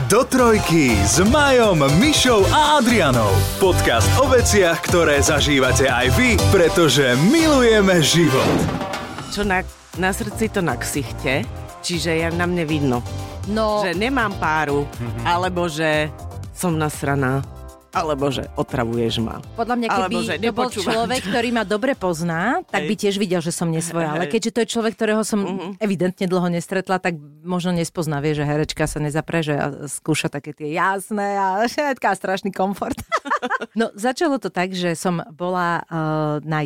Do trojky s Majom, Mišou a Adrianou. Podcast o veciach, ktoré zažívate aj vy, pretože milujeme život. Čo na srdci, to na ksichte, čiže na mne vidno. No. Že nemám páru, alebo že som nasraná, alebo že otravuješ ma. Podľa mňa, keby to bol človek, ktorý ma dobre pozná, tak by tiež videl, že som nesvoja. Ale keďže to je človek, ktorého som evidentne dlho nestretla, tak možno nespozná, vie, že herečka sa nezapreže a skúša také tie jasné a všetká strašný komfort. No, začalo to tak, že som bola na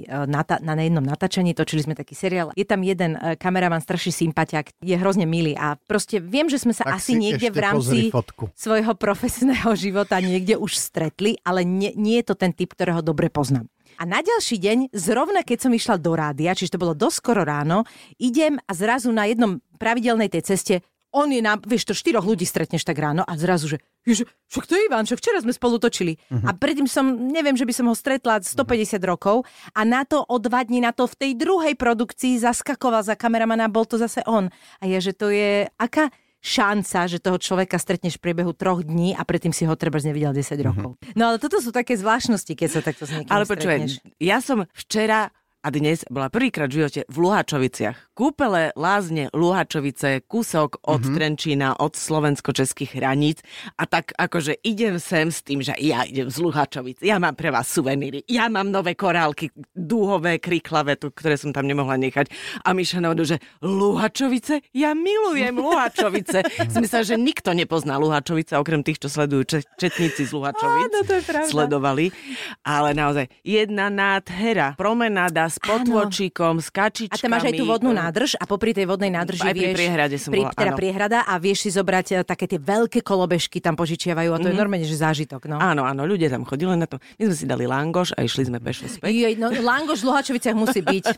jednom natáčaní, točili sme taký seriál. Je tam jeden kameraman, strašný sympatiak, je hrozne milý a proste viem, že sme sa tak asi niekde v rámci svojho profesného života niekde už stretli, ale nie je to ten typ, ktorého dobre poznám. A na ďalší deň, zrovna keď som išla do rádia, čiže to bolo dosť skoro ráno, idem a zrazu na jednom pravidelnej tej ceste, on je nám, vieš to, 4 ľudí stretneš tak ráno a zrazu, že však to je Ivan, však včera sme spolu točili. A predtým neviem, že by som ho stretla 150 rokov a na to o 2 dní, na to v tej druhej produkcii zaskakoval za kameramana, bol to zase on. A ja, že to je aká šanca, že toho človeka stretneš v priebehu 3 dní a predtým si ho trebárs nevidel 10 rokov. No ale toto sú také zvláštnosti, keď sa takto s niekým stretneš. Ale počujem, ja som včera a dnes bola prvýkrát v živote v Luhačoviciach. Kúpele Lázne Luhačovice, kúsok od Trenčína, od slovensko-českých hraníc. A tak akože idem sem s tým, že ja idem z Luhačovic. Ja mám pre vás suveníry. Ja mám nové korálky, dúhové, kriklavé, ktoré som tam nemohla nechať. A Miša návodu, že Luhačovice? Ja milujem Luhačovice. Som myslela, že nikto nepozná Luhačovice, okrem tých, čo sledujú četníci z Luhačovic. Áno, to je pravda. Sledovali. Ale naozaj, jedna nádhera, promenáda s potôčikom, s kačičkami. A tam máš aj tú vodnú nádrž a popri tej vodnej nádrži aj vieš... Aj pri priehrade som bola, áno. Priehrada a vieš si zobrať také tie veľké kolobežky, tam požičiavajú a to je normálne, že zážitok. No. Áno, ľudia tam chodili na to. My sme si dali langoš a išli sme pešo späť. Langoš v Luhačoviciach musí byť.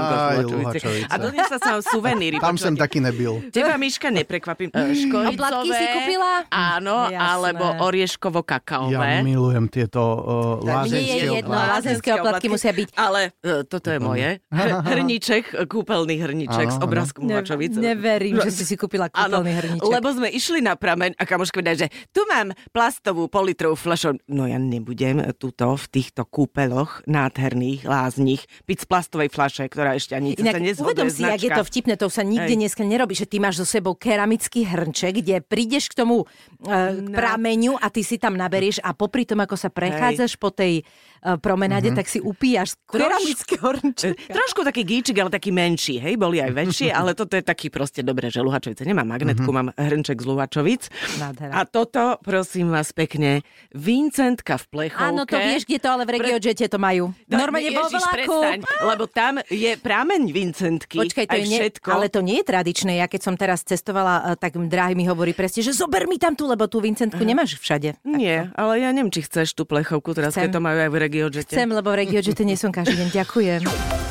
A doniesla som suveníry. Tam som taký nebyl. Teba, Miška, neprekvapím. Škoricové. Si kúpila? Áno, alebo orieškovo-kakaové. Ja milujem tieto lázenské oplatky. Lázenské oplatky musia byť. Ale toto je moje. Hrníček, kúpeľný hrníček s obrázkom Luhačovic. Neverím, že si kúpila kúpeľný hrníček. Lebo sme išli na prameň a kamoška povedala, že tu mám plastovú politrovú fľašu. No ja nebudem v týchto kúpeľoch nádherných, lázních piť z plastovej fľaše, ktorá ešte ani sa nezhoduje uvedom si, značka. jak je to vtipné, to sa nikde dneska nerobí, že ty máš so sebou keramický hrnček, kde prídeš k tomu prameňu a ty si tam naberieš a popri tom, ako sa prechádzaš po tej promenáde, tak si upíjaš keramický hrnček. Trošku taký gíčik, ale taký menší, hej, boli aj väčšie, ale toto je taký proste dobré, že Luhačovice. Nemám magnetku, mám hrnček z Luhačovic. A toto, prosím vás pekne, Vincentka v plechovke. Áno, to vieš, kde to, ale v RegioJete to majú. Normálne vo vlaku. Lebo tam je prameň Vincentky. Počkaj, to aj všetko. Ale to nie je tradičné. Ja keď som teraz cestovala, tak drahý mi hovorí presne, že zober mi tam tú, lebo tú Vincentku nemáš všade. Nie, ale ja neviem, či chceš tú plechovku teraz, keď to majú aj v RegioJete. Chcem, lebo v RegioJete nie som každý deň. Ďakujem.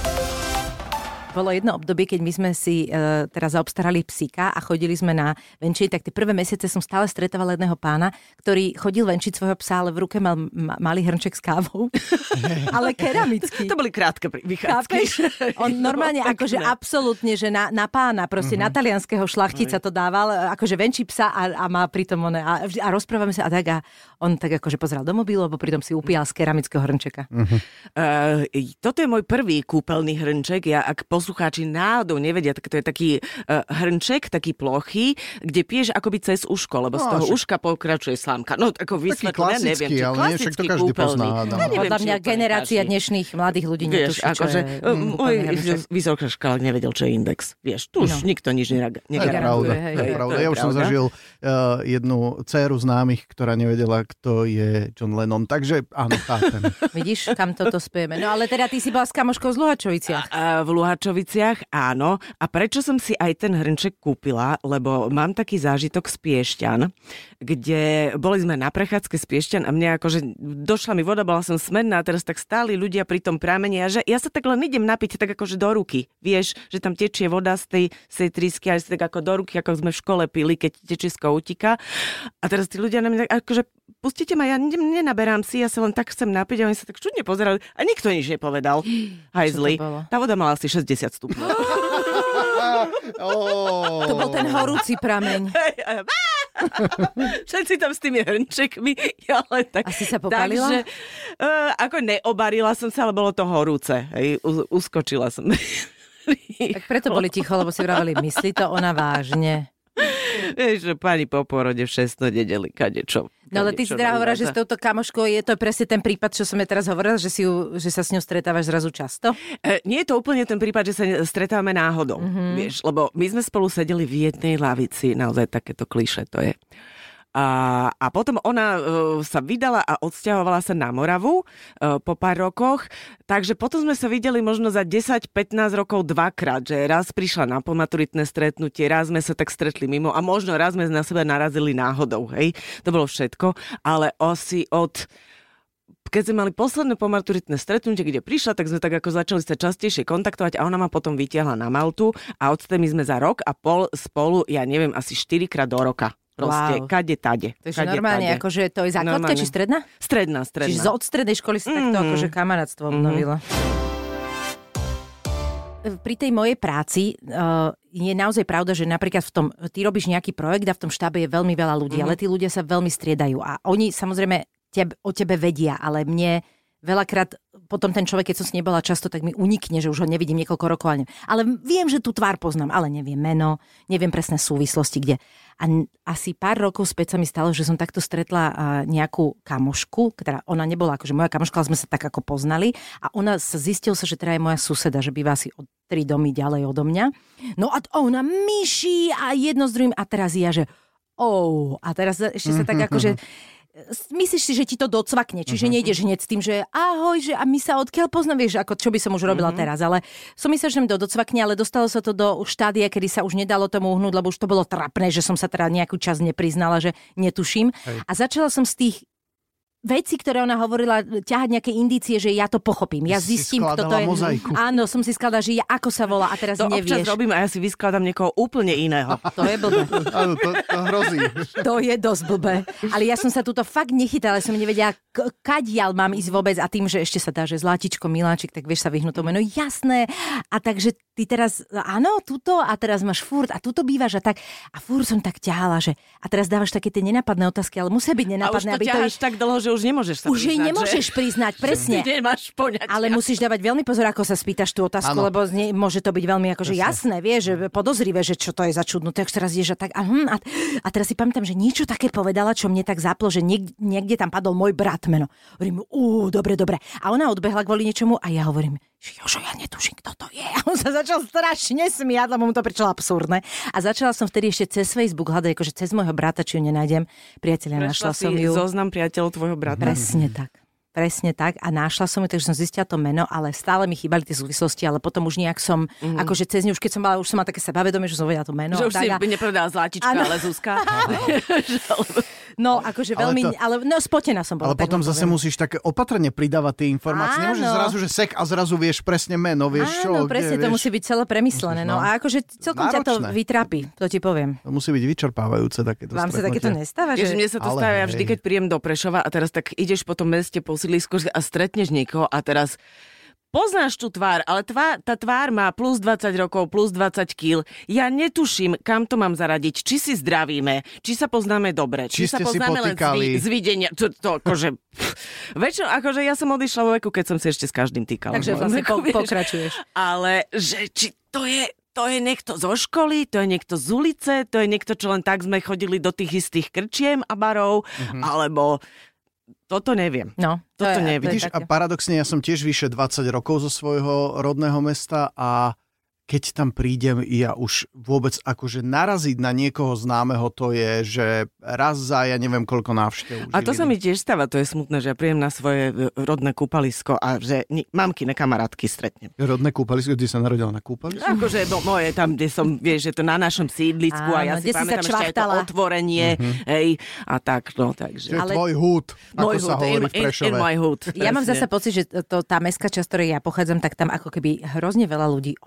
Bolo jedno obdobie, keď my sme si teraz zaobstarali psíka a chodili sme na venčie, tak tie prvé mesiace som stále stretávala jedného pána, ktorý chodil venčiť svojho psa, ale v ruke mal malý hrnček s kávou. Ale keramický. To boli krátke vychádzky. On normálne akože absolútne, že na pána, proste na talianského šlachtica to dával, akože venčí psa a má pritom a rozprávame sa a tak a on tak akože pozeral do mobilu, lebo pritom si upíjal z keramického hrnčeka. Toto je môj prvý kúpeľný hrnček. Ja ak poslucháči náhodou nevedia, tak to je taký hrnček, taký plochy, kde piješ akoby cez uško, lebo z toho uška pokračuje slámka. No, ako vysvetlené, neviem, či klasický kúpeľný. Podľa mňa generácia dnešných mladých ľudí netuší, čo je môj vysokoškolák nevedel, čo je index. Vieš, tu už nikto nič negarantuje. To je pravda. Ja už som zažil jednu dcéru známych, ktorá nevedela, kto je John Lennon. Takže áno, chápem. Vidíš, kam toto spieme. No ale teda ty si bola s kamoškou z Luhačoviciach. V Luhačoviciach, áno. A prečo som si aj ten hrnček kúpila? Lebo mám taký zážitok z Piešťan, kde boli sme na prechádzke z Piešťan a mne akože došla mi voda, bola som smenná a teraz tak stáli ľudia pri tom pramene a že ja sa tak len idem napiť tak akože do ruky. Vieš, že tam tečie voda z tej trysky a tak ako do ruky, ako sme v škole pili, keď tečisko utíka. A teraz tí ľudia na mňa akože pustite ma, ja nenaberám si, ja sa len tak chcem napiť a oni sa tak čudne pozerali a nikto nič nepovedal. Hajzli. Tá voda mala asi 60 stupňov. To bol ten horúci prameň. Všetci tam s tými hrnčekmi. Ja len tak, asi sa popálila? Takže, ako neobarila som sa, ale bolo to horúce. Hej, uskočila som. Tak preto boli ticho, lebo si vraveli, myslí to ona vážne. Vieš, že pani po porode v 6. nedeli, kadečo. No ale ty si teda hovorila, že s touto kamoškou je to presne ten prípad, čo som ja teraz hovorila, že sa s ňou stretávaš zrazu často? Nie je to úplne ten prípad, že sa stretávame náhodou, vieš, lebo my sme spolu sedeli v jednej lavici, naozaj takéto klišé to je. A potom ona sa vydala a odsťahovala sa na Moravu po pár rokoch, takže potom sme sa videli možno za 10-15 rokov dvakrát, že raz prišla na pomaturitné stretnutie, raz sme sa tak stretli mimo a možno raz sme na seba narazili náhodou, hej, to bolo všetko, ale asi keď sme mali posledné pomaturitné stretnutie, kde prišla, tak sme tak ako začali sa častejšie kontaktovať a ona ma potom vytiahla na Maltu a odtedy sme za rok a pol spolu, ja neviem, asi 4-krát do roka. Proste, kade, tade. Takže normálne, akože to je základka, či stredná? Stredná. Čiže od strednej školy sa takto akože kamarátstvo obnovilo. Pri tej mojej práci je naozaj pravda, že napríklad ty robíš nejaký projekt a v tom štábe je veľmi veľa ľudí, ale tí ľudia sa veľmi striedajú a oni samozrejme o tebe vedia, ale mne veľakrát potom ten človek, keď som s nebola často, tak mi unikne, že už ho nevidím niekoľko rokov. Ale viem, že tú tvár poznám, ale neviem meno, neviem presné súvislosti, kde. A asi pár rokov späť sa mi stalo, že som takto stretla nejakú kamošku, ktorá ona nebola akože moja kamoška, ale sme sa tak ako poznali a ona zistila sa, že teda je moja suseda, že býva asi o 3 domy ďalej odo mňa. No a ona myší a jedno s druhým a teraz ja, že a teraz ešte sa tak akože myslíš si, že ti to docvakne, čiže nejdeš hneď s tým, že ahoj, že a my sa odkiaľ poznáme, vieš, ako čo by som už robila teraz, ale som myslela, že mi to docvakne, ale dostalo sa to do štádia, kedy sa už nedalo tomu uhnúť, lebo už to bolo trapné, že som sa teda nejakú časť nepriznala, že netuším. Hej. A začala som z tých veci, ktoré ona hovorila, ťahať nejaké indície, že ja to pochopím. Ja zistím, kto to je. Mozaiku. Áno, som si skladala, že ako sa volá a teraz to nevieš. To občas robím a ja si vyskladám niekoho úplne iného. To je blbé. Áno, to hrozí. To je dosť blbé. Ale ja som sa túto fakt nechytala, som nevedela, kadiaľ mám ísť vôbec a tým, že ešte sa dá, že Zlatičko, Miláčik, tak vieš sa vyhnúť tomu. No jasné. A takže ty teraz, áno, tuto a teraz máš furt a tuto bývaš a tak. A furt som tak ťahala, že a teraz dávaš také tie nenápadné otázky, ale musia byť nenápadné. A už to ťaháš tak dlho, že už nemôžeš sa priznať. Už nemôžeš priznať, presne. Nemáš poňatia. Ale musíš dávať veľmi pozor, ako sa spýtaš tú otázku, lebo môže to byť veľmi akože jasné, vieš, že podozrivé, že čo to je za čudnú. Tak teraz ideš a tak. A teraz si pamätám, že niečo také povedala, čo mne tak zaplo, že niekde tam padol môj brat meno. Hovorím, dobre. A ona odbehla kvôli niečomu a ja hovorím, že Jožo, ja netuším, kto to je. A on sa začal strašne smiať, lebo mu to prišlo absurdné. A začala som vtedy ešte cez Facebook hľadať, akože cez môjho brata, či ju nenájdem. Priateľa, našla som ju. Zoznam priateľov tvojho brata. Presne tak. A našla som ju, takže som zistila to meno, ale stále mi chýbali tie súvislosti, ale potom už nejak som, akože cez ňu, už keď som mala, už som mala také sebavedomie, že som vedela to meno. Že už si nepovedala Zlatička, ale Zuzka. No, akože veľmi, ale spotená som bola. Ale potom zase musíš tak opatrne pridávať tie informácie. Nemôžeš zrazu, že sek a zrazu vieš presne meno, vieš čo. Áno, presne, to musí byť celé premyslené. No a akože celkom ťa to vytrápi, to ti poviem. To musí byť vyčerpávajúce takéto. Vám sa takéto nestáva? Mne sa to stáva vždy, keď príjem do Prešova a teraz tak ideš po tom meste, po sídlisku a stretneš niekoho a teraz poznáš tú tvár, ale tá tvár má plus 20 rokov, plus 20 kg. Ja netuším, kam to mám zaradiť. Či si zdravíme, či sa poznáme dobre, či sa poznáme len z videnia. To akože... Väčšinou, akože ja som odišla vo veku, keď som si ešte s každým týkala. Takže vlastne pokračuješ. Ale že či to je niekto zo školy, to je niekto z ulice, to je niekto, čo len tak sme chodili do tých istých krčiem a barov, alebo... Toto neviem. No, toto neviem. Vidíš, a paradoxne, ja som tiež vyše 20 rokov zo svojho rodného mesta a keď tam prídem, ja už vôbec akože naraziť na niekoho známeho, to je, že raz za ja neviem koľko návštev. A to sa mi tiež stáva, to je smutné, že ja príjem na svoje rodné kúpalisko a že mamky, kamarátky stretnem. Rodné kúpalisko, kde sa narodila na kúpalisku? Akože moje tam, kde som, vieš, že to na našom sídlisku a ja si pamätám ešte aj to otvorenie, hej, a tak, no, takže. Čiže tvoj húd, ako sa hovorí v Prešove. In my hood. Ja mám zase pocit, že tá mestská časť, ktorej ja pochádzam, tak tam ako keby hrozne veľa ľudí ostalo.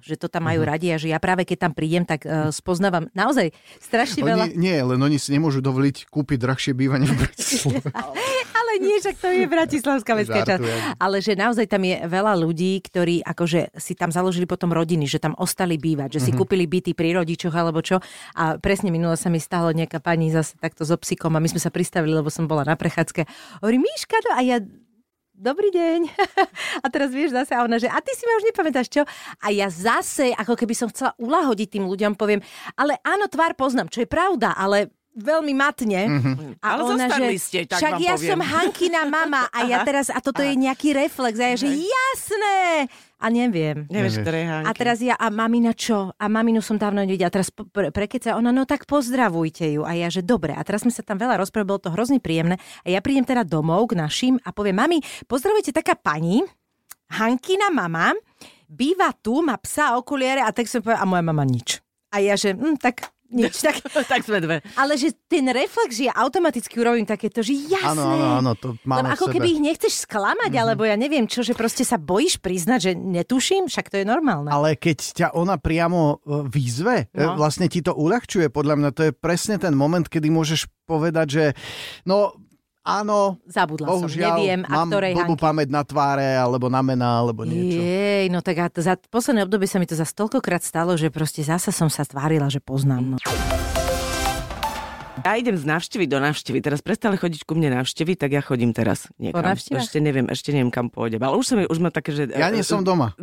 že to tam majú radi a že ja práve keď tam prídem, tak spoznávam naozaj strašne veľa. Nie, len oni si nemôžu dovoliť kúpiť drahšie bývanie v Bratislave. Ale nie, však to je bratislavská mestská časť. Ale že naozaj tam je veľa ľudí, ktorí akože si tam založili potom rodiny, že tam ostali bývať, že si kúpili byty pri rodičoch alebo čo. A presne minule sa mi stalo nejaká pani zase takto so psíkom a my sme sa pristavili, lebo som bola na prechádzke. Hovorí, Míška, no a ja... Dobrý deň. A teraz vieš zase, a ona, že a ty si ma už nepamätáš, čo? A ja zase, ako keby som chcela ulahodiť tým ľuďom, poviem, ale áno, tvár poznám, čo je pravda, ale veľmi matne. A ale ona, že ste, tak však ja poviem. som Hankina mama a ja teraz, a toto je nejaký reflex, a ja, že jasné! A neviem. Nevieš, ktoré Hanky. A teraz ja, a mamina čo? A maminu som dávno nevidela. A teraz prekeca, ona, no tak pozdravujte ju. A ja, že dobre. A teraz sme sa tam veľa rozprávali, bolo to hrozne príjemné. A ja prídem teda domov k našim a poviem, mami, pozdravujte taká pani, Hankina mama, býva tu, má psa, okuliare a tak som povedal, a moja mama nič. A ja, že tak nič. Tak, tak sme dve. ale že ten reflex, že ja automaticky urobím takéto, že jasné. Áno, to máme lebo ako keby ich nechceš sklamať, alebo ja neviem čo, že proste sa bojíš priznať, že netuším, však to je normálne. Ale keď ťa ona priamo výzve, vlastne ti to uľahčuje, podľa mňa to je presne ten moment, kedy môžeš povedať, že no áno, zabudla bohužiaľ, som, neviem, a mám ktorej blbú Hanky. pamäť na tváre, alebo na mená, alebo niečo. Jej, no tak a za posledné obdobie sa mi to za toľkokrát stalo, že proste zasa som sa tvárila, že poznám. No. Ja idem z návštevy do návštevy. Teraz prestali chodiť ku mne návštevy, tak ja chodím teraz niekam. Po návštevách? Ešte neviem, kam pôjdem. Ale už ma také, že... Ja nie som doma.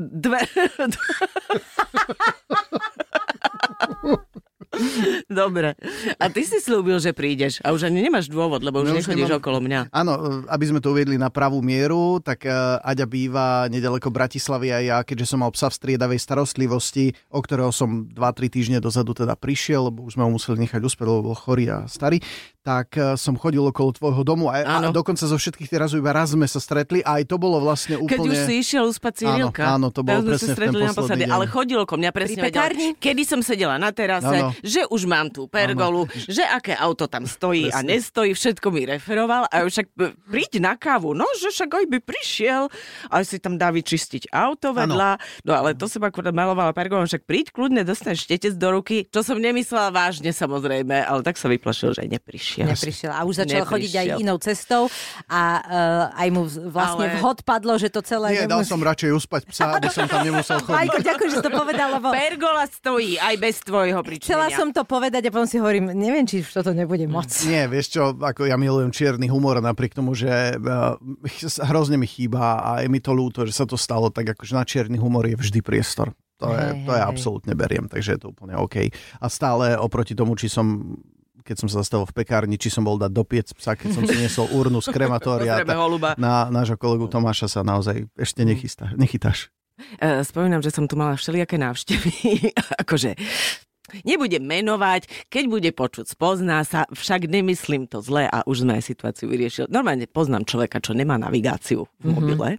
Dobre. A ty si slúbil, že prídeš. A už ani nemáš dôvod, lebo už nechodíš okolo mňa. Áno, aby sme to uviedli na pravú mieru, tak Aďa býva nedaleko Bratislavy a ja, keďže som mal psa v striedavej starostlivosti, o ktorého som 2-3 týždne dozadu teda prišiel, lebo už sme ho museli nechať uspieť, lebo bol chorý a starý, tak som chodil okolo tvojho domu a dokonca zo všetkých teraz iba raz sme sa stretli a aj to bolo vlastne úplne... Keď už si išiel uspať Cyrilka. Áno, to bolo presne v ten posledný deň. Ale chodil okolo mňa presne vedel, kedy som sedela na terase, že už mám tú pergolu, že aké auto tam stojí a nestojí, všetko mi referoval a však príď na kávu, no, že však aj by prišiel a si tam dá vyčistiť auto vedľa, no ale to som akurát malovala pergolom, však príď kľudne, dostaneš štetec do ruky, čo som nemyslela vážne samozrejme, ale tak sa vyplašil, že neprišiel. A už začal chodiť aj inou cestou a aj mu vlastne vhod padlo, že to celé... Nie, dal som radšej uspať psa, aby som tam nemusel chodiť. Majko, ďakujem, že to povedal, lebo... Pergola stojí aj bez tvojho pričinenia. Chcela som to povedať a potom si hovorím, neviem, či toto nebude moc. Nie, vieš čo, ako ja milujem čierny humor, napriek tomu, že hrozne mi chýba a je mi to ľúto, že sa to stalo, tak akože na čierny humor je vždy priestor. To je absolútne beriem, takže je to úplne OK. A stále oproti tomu, keď som sa zastavil v pekárni, či som bol dať dopiec psa, keď som si niesol urnu z krematória, na nášho kolegu Tomáša sa naozaj ešte nechytáš. Spomínam, že som tu mala všelijaké návštevy, akože nebudem menovať, keď bude počuť, spozná sa, však nemyslím to zle a už sme aj situáciu vyriešili. Normálne poznám človeka, čo nemá navigáciu v mobile.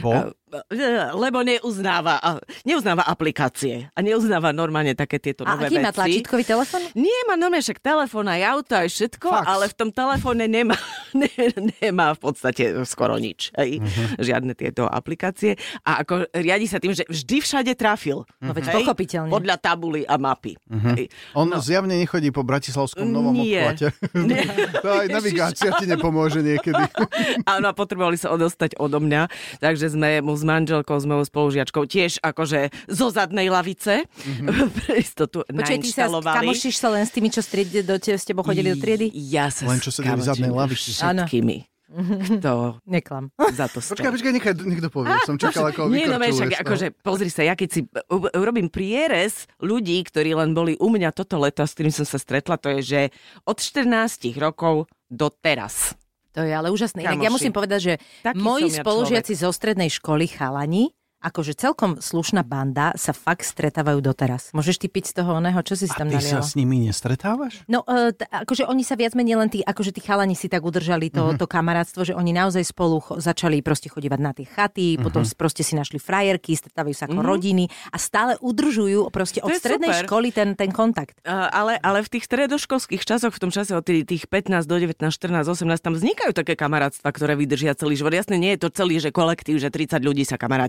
Lebo neuznáva aplikácie a neuznáva normálne také tieto nové veci. A aký má tlačítkový telefón? Nie, má normálne však telefón aj auto aj všetko, ale v tom telefóne nemá v podstate skoro nič. Žiadne tieto aplikácie. A ako riadi sa tým, že vždy všade trafil. No veď pochopiteľne. Podľa tabuly a mapy. On zjavne nechodí po bratislavskom novom obchvate. Aj navigácia ti nepomôže niekedy. Áno, a potrebovali sa odostať odo mňa, takže sme mu s manželkou, s mojou spolužiačkou tiež akože zo zadnej lavice pre istotu nainštalovali. Kamošíš sa len s tými, čo s tebou chodili do triedy? Ja sa len čo sedeli v zadnej lavici. Všetkými. Kto neklam. Za to stojí. Počkaj, nechaj niekto povie. Som čakal, ako nie, no však, akože, pozri sa, ja keď si urobím prierez ľudí, ktorí len boli u mňa toto leto, s ktorým som sa stretla, to je, že od 14 rokov do teraz. To je ale úžasné. Inak ja musím povedať, že moji spolužiaci zo strednej školy chalani, akože celkom slušná banda, sa fakt stretávajú doteraz. Môžeš ty piť z toho oného, čo si tam naliala? A ty sa s nimi nestretávaš? No, akože oni sa viac menej len akože tí chalani si tak udržali to kamarátstvo, že oni naozaj spolu začali proste chodívať na tie chaty, potom proste si našli frajerky, stretávajú sa ako rodiny a stále udržujú proste od strednej školy ten kontakt. Ale v tých stredoškolských časoch, v tom čase od tých 15 do 19, 14, 18, tam vznikajú také kamarátstva, ktoré vydržia celý život. Jasne, nie je to celý, že kolektív, že 30 ľudí sa kamaráti celý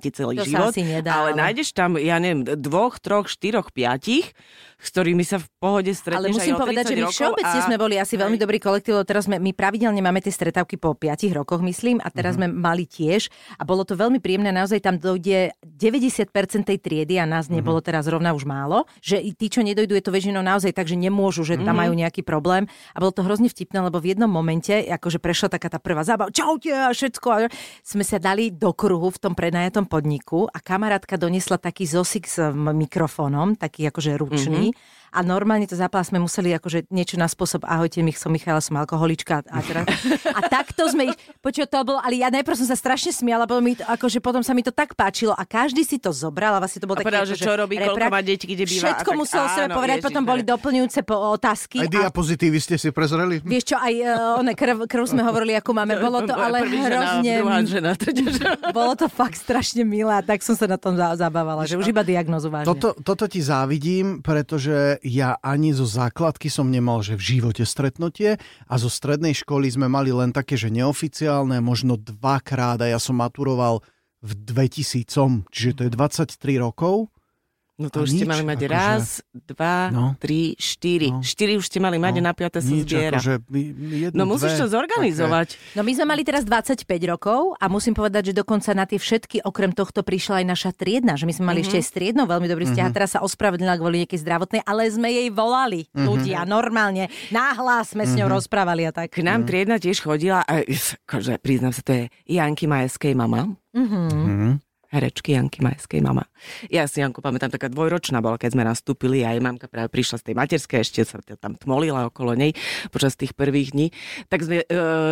To život, sa asi nedá, ale nájdeš tam, ja neviem, 2, 3, 4, 5, s ktorými sa v pohode stretneš. Ale musím povedať, že my všeobecne sme boli asi veľmi dobrý kolektív, lebo teraz my pravidelne máme tie stretávky po 5 rokoch, myslím, a teraz sme mali tiež a bolo to veľmi príjemné, naozaj tam dojde 90% tej triedy a nás nebolo teraz rovna už málo, že tí, čo nedojdu, je to väčšinou naozaj tak, že nemôžu, že tam majú nejaký problém a bolo to hrozne vtipné, lebo v jednom momente, akože prešla taká tá prvá zábava, čaute a všetko, a sme sa dali do kruhu v tom prenajatom podniku a kamarátka doniesla taký zosik s mikrofónom, taký akože ručný. A normálne to zapala, sme museli akože niečo na spôsob ahojte, som Michaela, som alkoholička. A takto sme ich, počuť, to bolo, ale ja najprv som sa strašne smiala, akože potom sa mi to tak páčilo a každý si to zobral a vlastne to bolo také... A povedal, že čo robí, koľko má detí, kde býva. Všetko musel sebe povedať, potom boli doplňujúce otázky. Aj diapozitívy ste si prezreli? Vieš čo, aj krv sme hovorili, ako máme, bolo to ale hrozne... Bolo to fakt strašne milé a tak som sa na tom zabávala, že už iba diagnózu vážne. Toto ti závidím, pretože ja ani zo základky som nemal, že v živote stretnutie a zo strednej školy sme mali len také, že neoficiálne, možno 2-krát a ja som maturoval v 2000, čiže to je 23 rokov. No to už ste mali mať raz, 2, 3, 4. 4 už ste mali mať a na 5. sa zbiera. No musíš to zorganizovať. Okay. No my sme mali teraz 25 rokov a musím povedať, že dokonca na tie všetky okrem tohto prišla aj naša triedna, že my sme mali ešte aj s triednou veľmi dobrý vzťah a teraz sa ospravedlnila kvôli nejakej zdravotnej, ale sme jej volali ľudia normálne. Náhlas sme s ňou rozprávali a tak. K nám triedna tiež chodila a akože, priznám sa, to je Janky Majeskej mama. Herečky Janky Majeskej mama. Ja si Janku pamätám, taká 2-ročná bola, keď sme nastúpili a jej mamka práve prišla z tej materskej, ešte sa tam tmolila okolo nej počas tých prvých dní. Tak sme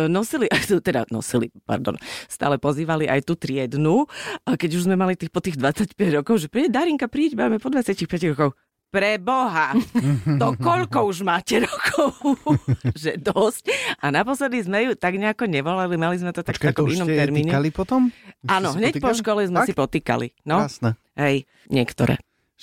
stále pozývali aj tú triednu, a keď už sme mali po tých 25 rokov, že príde Darinka, príď, máme po 25 rokov. Pre Boha, to koľko už máte rokov? Že dosť. A naposledy sme ju tak nejako nevolali, mali sme to tak v takom inom termíne. Počkaj, to už ste týkali potom? Áno, hneď po škole sme si potýkali. No? Krásne. Hej, niektoré.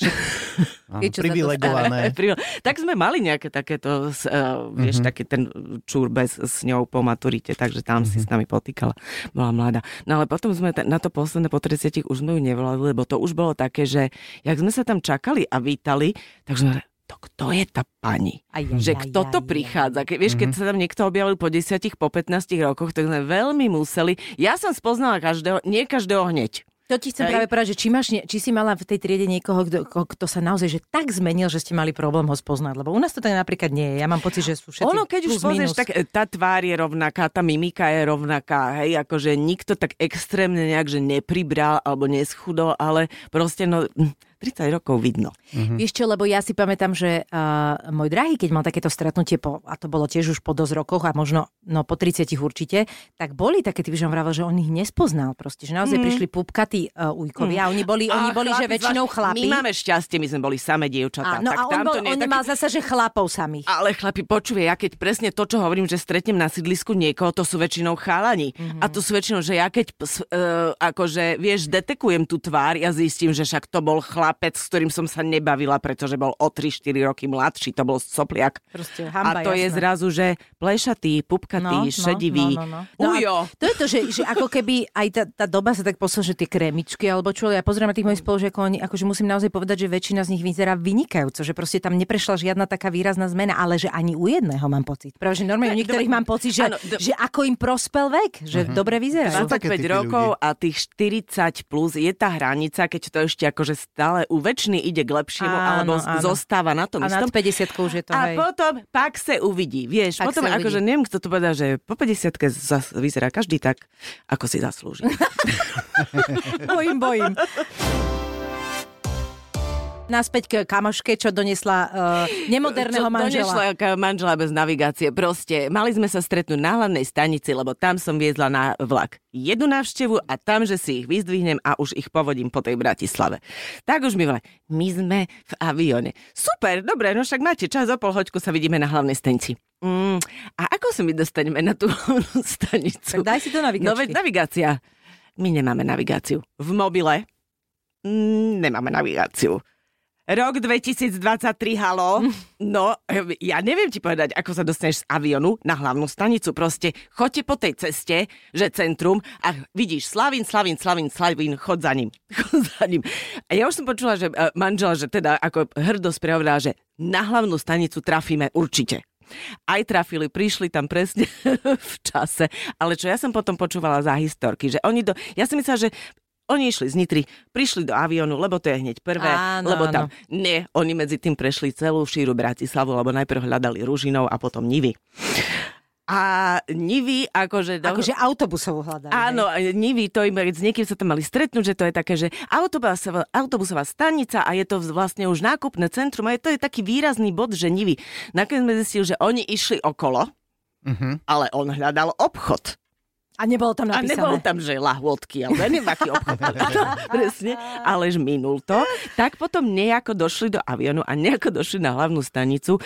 Privilegované. Tak sme mali nejaké takéto, vieš, taký ten čurbes s ňou po maturite, takže tam si s nami potýkala. Bola mladá. No ale potom sme na to posledné po 30 už sme ju nevolali, lebo to už bolo také, že jak sme sa tam čakali a vítali, tak sme kto je tá pani? Že kto to prichádza? Vieš, keď sa tam niekto objavil po 10, po 15 rokoch, tak sme veľmi museli. Ja som spoznala každého, nie každého hneď. To ti chcem práve povedať, že či si mala v tej triede niekoho, kto sa naozaj že tak zmenil, že ste mali problém ho spoznať. Lebo u nás to tak napríklad nie je. Ja mám pocit, že sú všetci keď už pozrieš, tak tá tvár je rovnaká, tá mimika je rovnaká. Hej, akože nikto tak extrémne nejak, že nepribral alebo neschudol, ale proste 30 rokov vidno. Vieš čo, lebo ja si pamätám, že môj drahý, keď mal takéto stretnutie, a to bolo tiež už po dosť rokoch a možno po 30 určite, tak boli také typy, že on vravel, že on ich nespoznal proste, že naozaj prišli púbkatí ujkovia a oni boli že väčšinou chlapi. My máme šťastie, my sme boli samé dievčatá. No a on nemal zasa, že chlapov samých. Ale chlapi, počúvaj, ja keď presne to, čo hovorím, že stretnem na sídlisku niekoho, to sú väčšinou chalani. A to sú väčšinou, že ja keď akože, vieš, detekujem tú tvár, ja zistím, že však to bol chlapec, s ktorým som sa nebavila, pretože bol o 3-4 roky mladší, to bol sopliak. Proste, hamba, a to jasné. je zrazu, že plešatý, pupkatý, šedivý. Ujo! To je to, že ako keby aj tá doba sa tak poslala, že tie krémičky, alebo čo, ja pozriem na tých mojich spolužiakov, oni akože musím naozaj povedať, že väčšina z nich vyzerá vynikajúco, že proste tam neprešla žiadna taká výrazná zmena, ale že ani u jedného mám pocit. Práve, že normálne u niektorých mám pocit, že ako im prospel vek, že dobre vyzerajú. 25 rokov a tých 40 plus je tá hranica, keď to ešte akože stále väčšiny ide k lepšiemu, alebo zostáva na tom istom. A nad 50 už je to, hej. A potom pak sa uvidí, vieš. Potom akože neviem, kto to povedal, že po 50-ke vyzerá každý tak, ako si zaslúži. Bojím. Naspäť k kamoške, čo donesla nemoderného manžela. Donesla manžela bez navigácie. Proste mali sme sa stretnúť na hlavnej stanici, lebo tam som viezla na vlak jednu návštevu a tam, že si ich vyzdvihnem a už ich povodím po tej Bratislave. Tak už mi volá, my sme v avióne. Super, dobre, no však máte čas, o pol hoďku sa vidíme na hlavnej stanici. A ako sa my dostaneme na tú hlavnú stanicu? Tak daj si to navigačky. No veď navigácia. My nemáme navigáciu. V mobile nemáme navigáciu. Rok 2023, halo. No, ja neviem ti povedať, ako sa dostaneš z avionu na hlavnú stanicu. Proste choďte po tej ceste, že centrum a vidíš Slavín, chod za ním. A ja už som počula, že manžel, že teda ako hrdosť prehovorila, že na hlavnú stanicu trafíme určite. Aj trafili, prišli tam presne v čase. Ale čo ja som potom počúvala za historky, že ja si myslela, že oni išli z Nitry, prišli do aviónu, lebo to je hneď prvé, lebo tam oni medzi tým prešli celú šíru Bratislavu, lebo najprv hľadali Ružinov a potom Nivy. A Nivy akože autobusovú hľadali. Áno, Nivy, to im s niekým sa tam mali stretnúť, že to je také, že autobusová stanica a je to vlastne už nákupné centrum a to je taký výrazný bod, že Nivy. Nakoniec sme zistili, že oni išli okolo, ale on hľadal obchod. A nebolo tam napísané. A nebolo tam, že lahôdky, ale neviem, aký obchod. Presne, ale že minul to. Tak potom nejako došli do aviónu a nejako došli na hlavnú stanicu.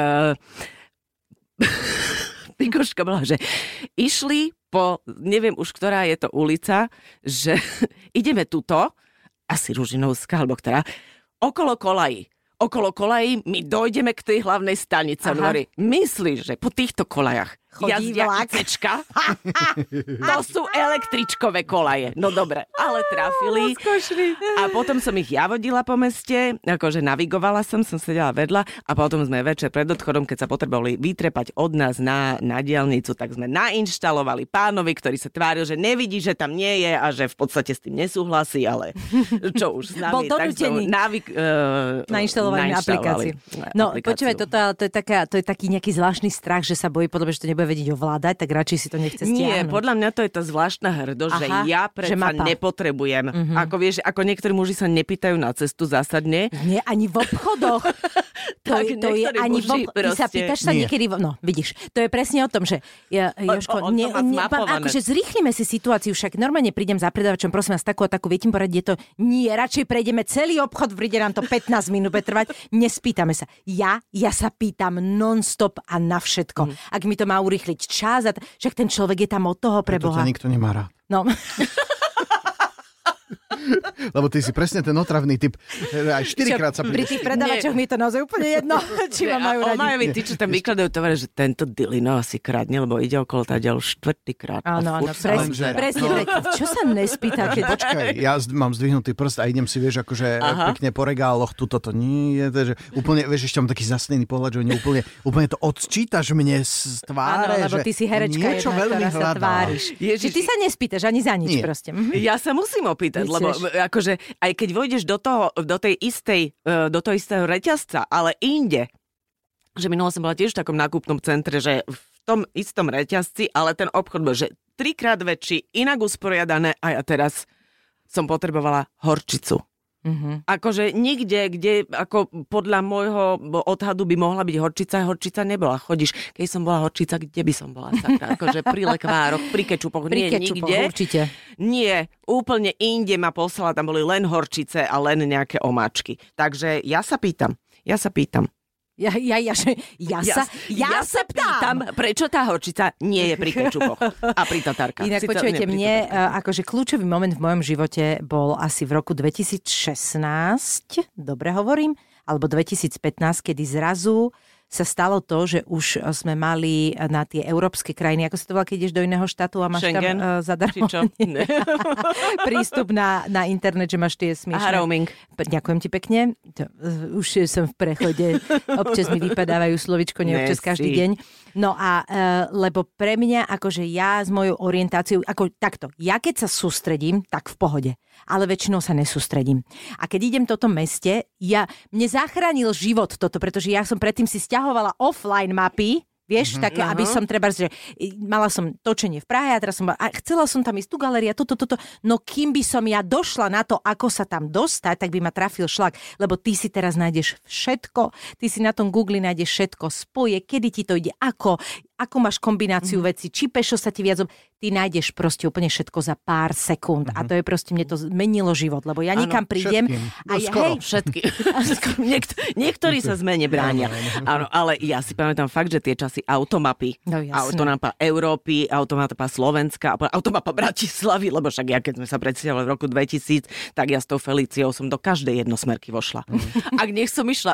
Pikoška bola, že išli po, neviem už, ktorá je to ulica, že ideme tuto, asi Ružinovská, alebo ktorá, okolo kolají, my dojdeme k tej hlavnej stanici. Myslíš, že po týchto kolajach jazdia ICčka? To sú električkové kolaje. No dobre, ale trafili. A potom som ich ja vodila po meste, akože navigovala som sedela vedľa a potom sme večer pred odchodom, keď sa potrebovali vytrepať od nás na diaľnicu, tak sme nainštalovali pánovi, ktorý sa tváril, že nevidí, že tam nie je a že v podstate s tým nesúhlasí, ale čo už s nami. Bol donútený nainštalovali aplikáciu. No, počúvaj, to je taký nejaký zvláštny strach, že sa bojí, podľa že to nebude vedieť ovládať, tak radšej si to nechce stiahnuť. Nie, podľa mňa to je tá zvláštna hrdosť, že ja predsa nepotrebujem. Ako vieš, ako niektorí muži sa nepýtajú na cestu zásadne. Nie, ani v obchodoch. to je ani ty sa pýtaš sa niekedy... No, vidíš, to je presne o tom, že Jožko, akože zrýchlime si situáciu, však normálne prídem za predávačom, prosím vás, takú a takú, viete mi poradiť, je to... Nie, radšej prejdeme celý obchod, príde nám to 15 minút trvať, nespýtame sa. Ja sa pýtam non-stop a na všetko. Ak mi to má urýchliť čas, však ten človek je tam od toho pre Boha. Preto ťa nikto nemá rád. No. Lebo ty si presne ten otravný typ. Aj 4-krát sa pri tých predávačoch mi je to naozaj úplne jedno, či ma majú radi. Majú tí, čo tam vykladajú tovare, že tento Dilino asi kradne, lebo ide okolo táďa už 4-krát. Áno, presne. Čo sa nespýta? Počkaj, ja mám zdvihnutý prst a idem si, vieš, akože pekne po regáloch, tuto to nie je, že úplne, vieš, ešte mám taký zasnený pohľad, že úplne to odčítaš mne z tváre. Áno, lebo ty si herečka jedna, ktorá sa tváriš. Či ty sa nespýtaš ani za nič proste. Ja sa musím opýtať, lebo akože aj keď vojdeš do toho istého reťazca, ale inde, že minula som bola tiež v takom nákupnom centre, že v tom istom reťazci, ale ten obchod bol, že 3-krát väčší, inak usporiadané a ja teraz som potrebovala horčicu. Akože nikde, kde ako podľa môjho odhadu by mohla byť horčica nebola. Chodíš, keď som bola horčica, kde by som bola? Sakra? Akože pri lekvároch, pri kečupoch, nikde. Určite. Nie, úplne inde ma poslala, tam boli len horčice a len nejaké omáčky. Takže ja sa pýtam. Ja sa pýtam, prečo tá horčica nie je pri kečupoch a pri tatárkach. Inak počujete, mne akože kľúčový moment v mojom živote bol asi v roku 2016, dobre hovorím, alebo 2015, kedy zrazu sa stalo to, že už sme mali na tie európske krajiny, ako sa to volá, keď ideš do iného štátu a máš Schengen? Tam zadarmo prístup na internet, že máš tie smiešné. Aha, roaming. Ďakujem ti pekne. Už som v prechode. Občas mi vypadávajú slovičko, nie občas každý deň. No a lebo pre mňa, akože ja s mojou orientáciou, ako takto, ja keď sa sústredím, tak v pohode. Ale väčšinou sa nesústredím. A keď idem v toto meste, mne zachránil život toto, pretože ja som predtým si stiahovala offline mapy, vieš, také, aby som treba, že mala som točenie v Prahe a teraz a chcela som tam ísť tu galéria, toto. No kým by som ja došla na to, ako sa tam dostať, tak by ma trafil šlak, lebo ty si teraz nájdeš všetko, ty si na tom Google nájdeš všetko, spoje, kedy ti to ide, ako akú máš kombináciu vecí, či pešo sa ti viac... Ty nájdeš proste úplne všetko za pár sekúnd a to je proste, mne to zmenilo život, lebo ja niekam prídem a všetky. Niektorí sa zmene bránia. Áno, ale ja si pamätám fakt, že tie časy automapy, automapa Európy, automapa Slovenska, automapa Bratislavy, lebo však ja, keď sme sa predstavili v roku 2000, tak ja s tou Feliciou som do každej jednosmerky vošla. Ak nech som išla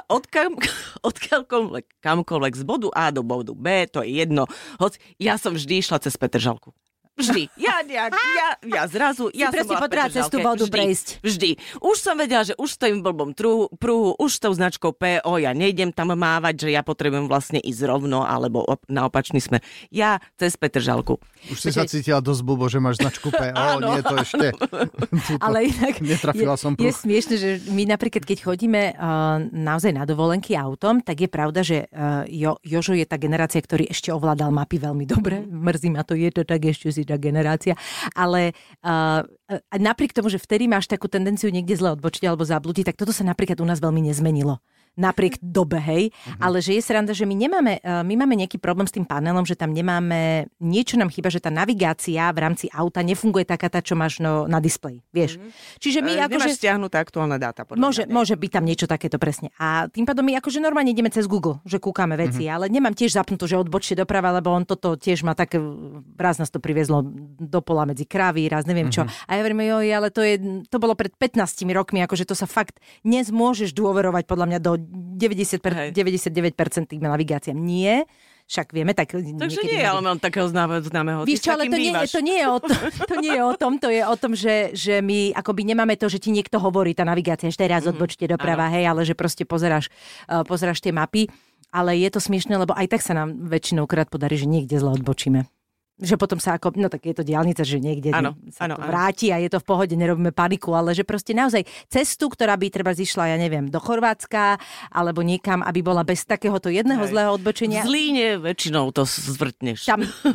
kamkoľvek z bodu A do bodu B, to je jedno. Hoď ja som vždy išla cez Petržalku. Vždy. Ja zrazu... Ja si proste potrebovala cez tú vodu prejsť. Vždy. Už som vedela, že už stojím v blbom pruhu, už s tou značkou PO, ja nejdem tam mávať, že ja potrebujem vlastne ísť rovno, alebo na opačný smer. Ja cez Petržalku. Už si sa cítila dosť blbo, že máš značku PO, nie to ešte. Ale inak netrafila som pruh. Je smiešne, že my napríklad, keď chodíme naozaj na dovolenky autom, tak je pravda, že Jožo je tá generácia, ktorý ešte ovládal mapy veľmi dobre. Mrzí ma to, je to tak ešte si tá generácia, ale napriek tomu, že vtedy máš takú tendenciu niekde zle odbočiť alebo zablúdiť, tak toto sa napríklad u nás veľmi nezmenilo. Napriek dobe, hej. Ale že je sranda, že my máme nejaký problém s tým panelom, že tam nemáme, niečo nám chýba, že tá navigácia v rámci auta nefunguje taká tá, čo máš na displeji, vieš. Čiže my nemáš stiahnuté aktuálne dáta. Môže byť tam niečo takéto presne. A tým pádom my akože normálne ideme cez Google, že kúkame veci, ale nemám tiež zapnutú, že odbočte doprava, lebo on toto tiež má tak, raz nás to priviezlo do pola medzi krávy, raz neviem čo. A ja hovorím, ale to bolo pred 15 rokmi, akože to sa fakt môžeš dôverovať podľa mňa do 99% tým navigáciám. Nie, však vieme, tak... Takže nie, ale mám takého známeho. Víš čo, ale to nie je o tom, to je o tom, že my akoby nemáme to, že ti niekto hovorí, tá navigácia, že teraz odbočte doprava, hej, ale že proste pozeráš tie mapy, ale je to smiešné, lebo aj tak sa nám väčšinou krát podarí, že niekde zle odbočíme. Že potom sa ako, no tak je to diaľnica, že niekde sa to vráti a je to v pohode, nerobíme paniku, ale že proste naozaj cestu, ktorá by treba zišla, ja neviem, do Chorvátska alebo niekam, aby bola bez takéhoto jedného zlého odbočenia. V Zlíne väčšinou to zvrtneš.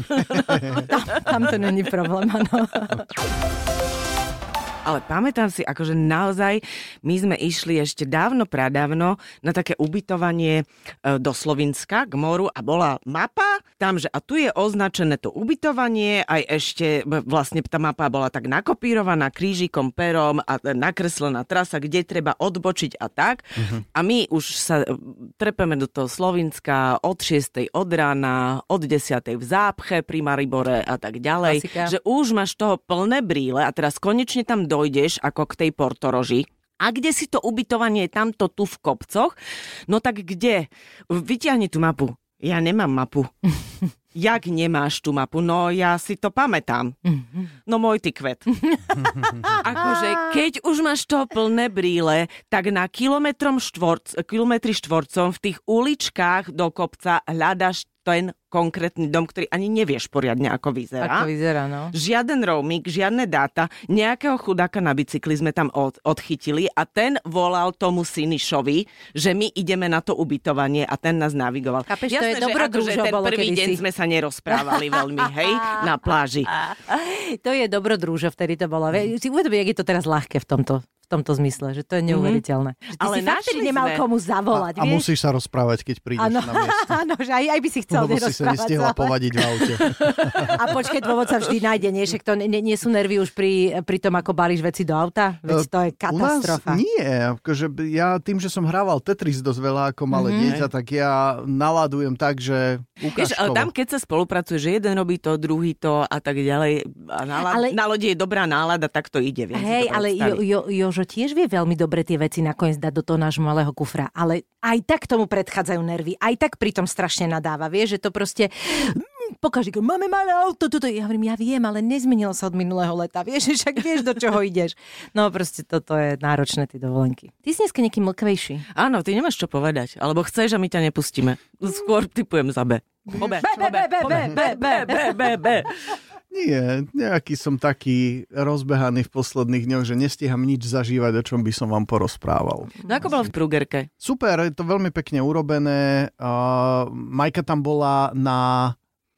Tam to není problém, áno. Ale pamätám si, akože naozaj my sme išli ešte pradávno na také ubytovanie do Slovinska k moru a bola mapa tam, že a tu je označené to ubytovanie, aj ešte vlastne tá mapa bola tak nakopírovaná krížikom, perom a nakreslená trasa, kde treba odbočiť a tak. A my už sa trepeme do toho Slovinska od 6. od rána, od 10. v Zápche pri Maribore a tak ďalej. Klasika. Že už máš toho plné brýle a teraz konečne tam dojdeš ako k tej Portoroži. A kde si to ubytovanie tamto tu v kopcoch? No tak kde? Vyťahni tú mapu. Ja nemám mapu. Jak nemáš tú mapu? No ja si to pamätám. No môj ty kvet. Akože keď už máš toho plné brýle, tak na kilometri štvorcom v tých uličkách do kopca hľadaš ten konkrétny dom, ktorý ani nevieš poriadne, ako vyzerá. Ako vyzerá, no. Žiaden roaming, žiadne dáta, nejakého chudáka na bicykli sme tam odchytili a ten volal tomu Sinišovi, že my ideme na to ubytovanie a ten nás navigoval. Chápeš, to je dobrodružo ten prvý deň sme sa nerozprávali veľmi, hej, na pláži. To je dobrodružo, vtedy to bolo. Si uvedomí, jak je to teraz ľahké v tomto zmysle, že to je neuveriteľné. Že ty ale si fakt nemal komu zavolať, a musíš sa rozprávať, keď prídeš na miesto. Áno, že aj by si chcel nerozprávať. Lebo si sa nestihla povadiť v aute. A počkej, dôvod sa vždy nájde, nie? Však to nie sú nervy už pri tom, ako balíš veci do auta? Veď to je katastrofa. U nás nie. Akože ja tým, že som hrával Tetris dosť veľa ako malé dieťa, tak ja naladujem tak, že ukážkovo. Vieš, ale tam, keď sa spolupracuje, že jeden robí to, druhý to a tak ďalej. Na lodi je dobrá nálada, tak to ide. Hej, ale Jožo tiež vie veľmi dobre tie veci nakoniec dať do toho nášho malého kufra, ale aj tak tomu predchádzajú nervy, aj tak pritom strašne nadáva, vieš, že to proste pokaží, máme malé auto, toto. Ja hovorím, ja viem, ale nezmenilo sa od minulého leta, vieš, však vieš, do čoho ideš. No proste toto je náročné, tie dovolenky. Ty si dneska nejaký mlkvejší. Áno, ty nemáš čo povedať, alebo chceš a my ťa nepustíme. Skôr typujem za B. Nie, nejaký som taký rozbehaný v posledných dňoch, že nestíham nič zažívať, o čom by som vám porozprával. No ako bolo v Prugerke? Super, je to veľmi pekne urobené. Majka tam bola na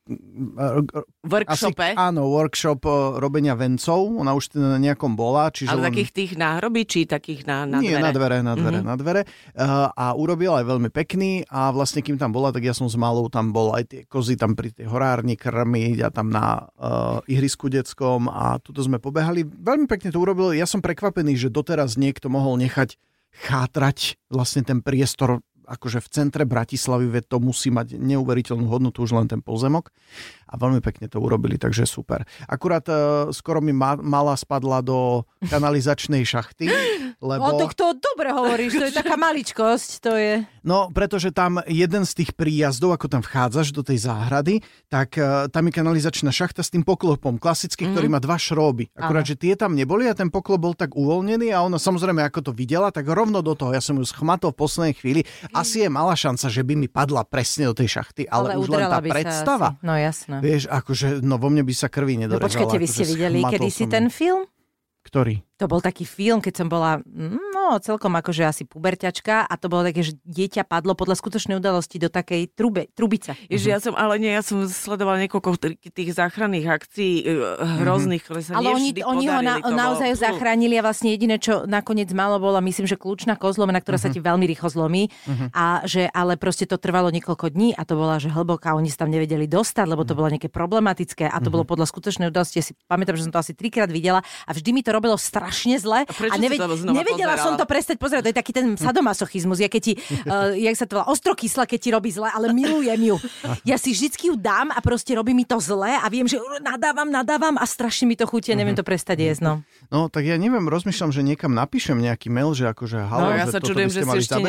workshope? Áno, workshop robenia vencov. Ona už na nejakom bola. Čiže ale takých tých náhrobí, či takých na dvere? Nie, na dvere. A urobila aj veľmi pekný a vlastne kým tam bola, tak ja som s malou tam bol aj tie kozy tam pri tej horárni krmiť a tam na ihrisku detskom a tuto sme pobehali. Veľmi pekne to urobil. Ja som prekvapený, že doteraz niekto mohol nechať chátrať vlastne ten priestor akože v centre Bratislavy, veď to musí mať neuveriteľnú hodnotu už len ten pozemok a veľmi pekne to urobili, takže super. Akurát skoro mi mala spadla do kanalizačnej šachty, lebo... O, to dobre hovoríš, to je taká maličkosť, to je... No, pretože tam jeden z tých príjazdov, ako tam vchádzaš do tej záhrady, tak tam je kanalizačná šachta s tým poklopom, klasický, ktorý má 2 šróby. Akurát, že tie tam neboli a ten poklop bol tak uvoľnený a ona samozrejme, ako to videla, tak rovno do toho, ja som ju schmatol v poslednej chvíli. Asi je malá šanca, že by mi padla presne do tej šachty, ale už len tá predstava. No jasné. Vieš, akože, no vo mne by sa krvi nedorezala. No počkajte, vy ste videli kedysi ten film? Ktorý? To bol taký film, keď som bola, celkom akože asi puberťačka a to bolo také, že dieťa padlo podľa skutočnej udalosti do takej trubice. Ježi, ja som sledovala niekoľko tých záchranných akcií hrozných, ktoré sa nevždy podarili. Ale oni ho naozaj zachránili a vlastne jediné, čo nakoniec malo, bola, myslím, že kľúčna kozlomená, ktorá sa ti veľmi rýchlo zlomí a že ale proste to trvalo niekoľko dní a to bola, že hlboká, oni sa tam nevedeli dostať, lebo to bolo nejaké problematické a to bolo podľa skutočnej udalosti. Ja si pamätám, že som to asi 3-krát videla a vždy mi to robilo strašne zle a nevedela som to prestať pozerať. To je taký ten sadomasochizmus. Ja keď ti, jak sa to volá, ostrokysla, keď ti robí zle, ale milujem ju. Ja si vždycky ju dám a proste robí mi to zle a viem, že nadávam a strašne mi to chutí, neviem to prestať jesť. No, tak ja neviem, rozmýšľam, že niekam napíšem nejaký mail, že akože halo, ja sa čudujem, že si ešte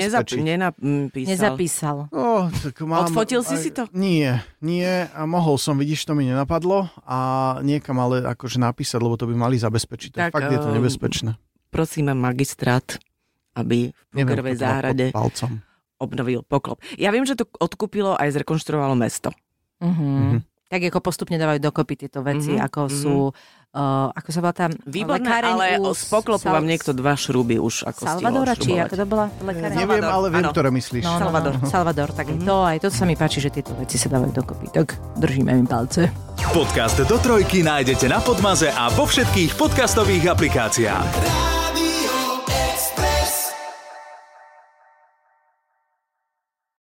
nezapísal. Odfotil si to? Nie. A mohol som, vidíš, to mi nenapadlo a niekam ale akože napísať, lebo to by mali zabezpečiť. Tak, fakt je to nebezpečné. Prosíme magistrát, aby v Pokerovej záhrade obnovil poklop. Ja viem, že to odkúpilo aj zrekonštruovalo mesto. Tak ako postupne dávajú dokopy tieto veci, ako sú, ako sa volá tam výborné, ale z poklopu vám niekto 2 šruby už ako Salvadora, či ako to bola lekáreň? Neviem, ale viem, ktoré myslíš. Salvador, tak aj to sa mi páči, že tieto veci sa dávajú dokopy. Tak držíme im palce. Podcast do trojky nájdete na Podmaze a vo všetkých podcastových aplikáciách.